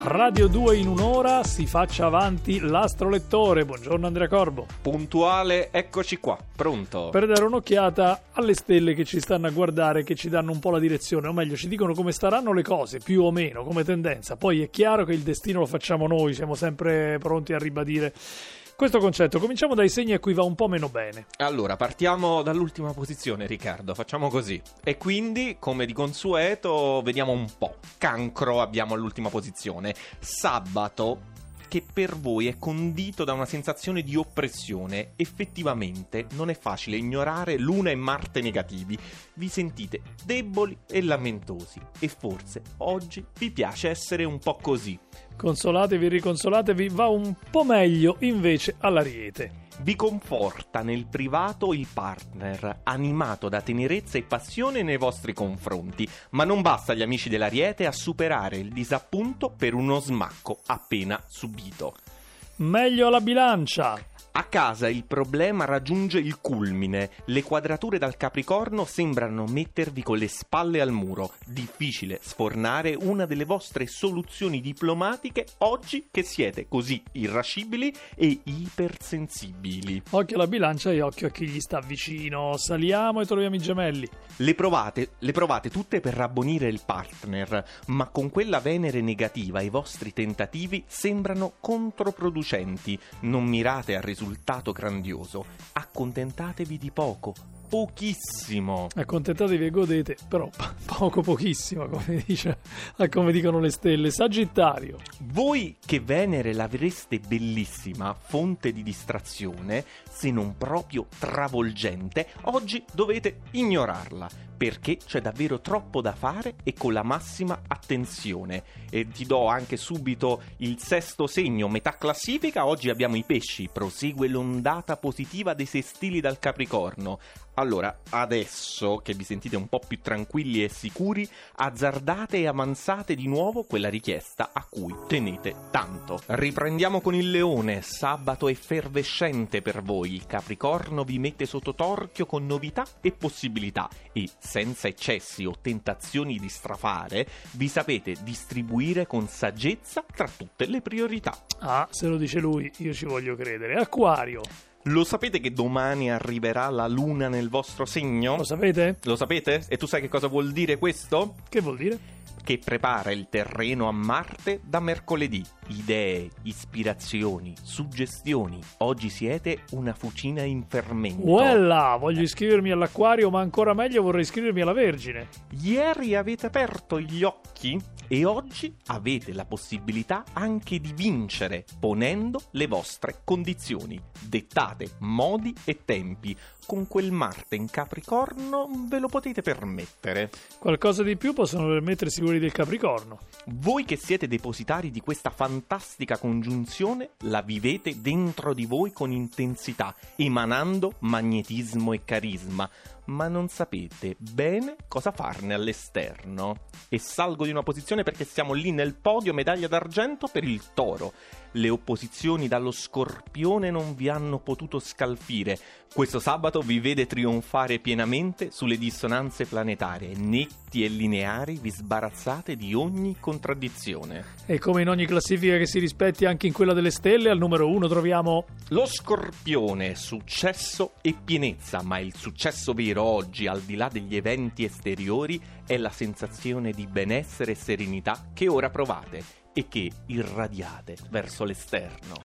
Radio 2 in un'ora, si faccia avanti l'astrolettore. Buongiorno Andrea Corbo. Puntuale, eccoci qua, pronto. Per dare un'occhiata alle stelle che ci stanno a guardare, che ci danno un po' la direzione, o meglio ci dicono come staranno le cose, più o meno, come tendenza. Poi è chiaro che il destino lo facciamo noi, siamo sempre pronti a ribadire questo concetto. Cominciamo dai segni a cui va un po' meno bene. Allora, partiamo dall'ultima posizione, Riccardo, facciamo così. E quindi, come di consueto, vediamo un po'. Cancro abbiamo all'ultima posizione. Sabato, che per voi è condito da una sensazione di oppressione. Effettivamente non è facile ignorare Luna e Marte negativi. Vi sentite deboli e lamentosi. E forse oggi vi piace essere un po' così. Consolatevi, riconsolatevi, va un po' meglio invece all'Ariete. Vi conforta nel privato il partner, animato da tenerezza e passione nei vostri confronti, ma non basta agli amici dell'Ariete a superare il disappunto per uno smacco appena subito. Meglio alla Bilancia. A casa il problema raggiunge il culmine. Le quadrature dal Capricorno sembrano mettervi con le spalle al muro. Difficile sfornare una delle vostre soluzioni diplomatiche oggi che siete così irascibili e ipersensibili. Occhio alla Bilancia e occhio a chi gli sta vicino. Saliamo e troviamo i gemelli. Le provate tutte per rabbonire il partner, ma con quella Venere negativa i vostri tentativi sembrano controproducenti. Non mirate al risultato grandioso, accontentatevi di poco, pochissimo. Accontentatevi e godete, però pochissimo, come dicono le stelle. Sagittario. Voi che Venere l'avreste bellissima, fonte di distrazione, se non proprio travolgente, oggi dovete ignorarla, perché c'è davvero troppo da fare e con la massima attenzione. E ti do anche subito il sesto segno, metà classifica. Oggi abbiamo i pesci, prosegue l'ondata positiva dei sestili dal Capricorno. Allora, adesso che vi sentite un po' più tranquilli e sicuri, azzardate e avanzate di nuovo quella richiesta a cui tenete tanto. Riprendiamo con il Leone. Sabato effervescente per voi. Il Capricorno vi mette sotto torchio con novità e possibilità e, senza eccessi o tentazioni di strafare, vi sapete distribuire con saggezza tra tutte le priorità. Ah, se lo dice lui, io ci voglio credere. Acquario. Lo sapete che domani arriverà la luna nel vostro segno? Lo sapete? Lo sapete? E tu sai che cosa vuol dire questo? Che vuol dire? Che prepara il terreno a Marte da mercoledì. Idee, ispirazioni, suggestioni. Oggi siete una fucina in fermento. Uella, voglio iscrivermi all'Acquario, ma ancora meglio vorrei iscrivermi alla Vergine. Ieri avete aperto gli occhi e oggi avete la possibilità anche di vincere, ponendo le vostre condizioni. Dettate modi e tempi. Con quel Marte in Capricorno ve lo potete permettere. Qualcosa di più possono permettersi quelli del Capricorno. Voi che siete depositari di questa fantastica congiunzione la vivete dentro di voi con intensità, emanando magnetismo e carisma, ma non sapete bene cosa farne all'esterno. E salgo di una posizione perché siamo lì nel podio, medaglia d'argento per il Toro. Le opposizioni dallo Scorpione non vi hanno potuto scalfire. Questo sabato vi vede trionfare pienamente sulle dissonanze planetarie. Netti e lineari vi sbarazzate di ogni contraddizione. E come in ogni classifica che si rispetti, anche in quella delle stelle, al numero 1 troviamo lo Scorpione, successo e pienezza, ma il successo vero oggi, al di là degli eventi esteriori, è la sensazione di benessere e serenità che ora provate e che irradiate verso l'esterno.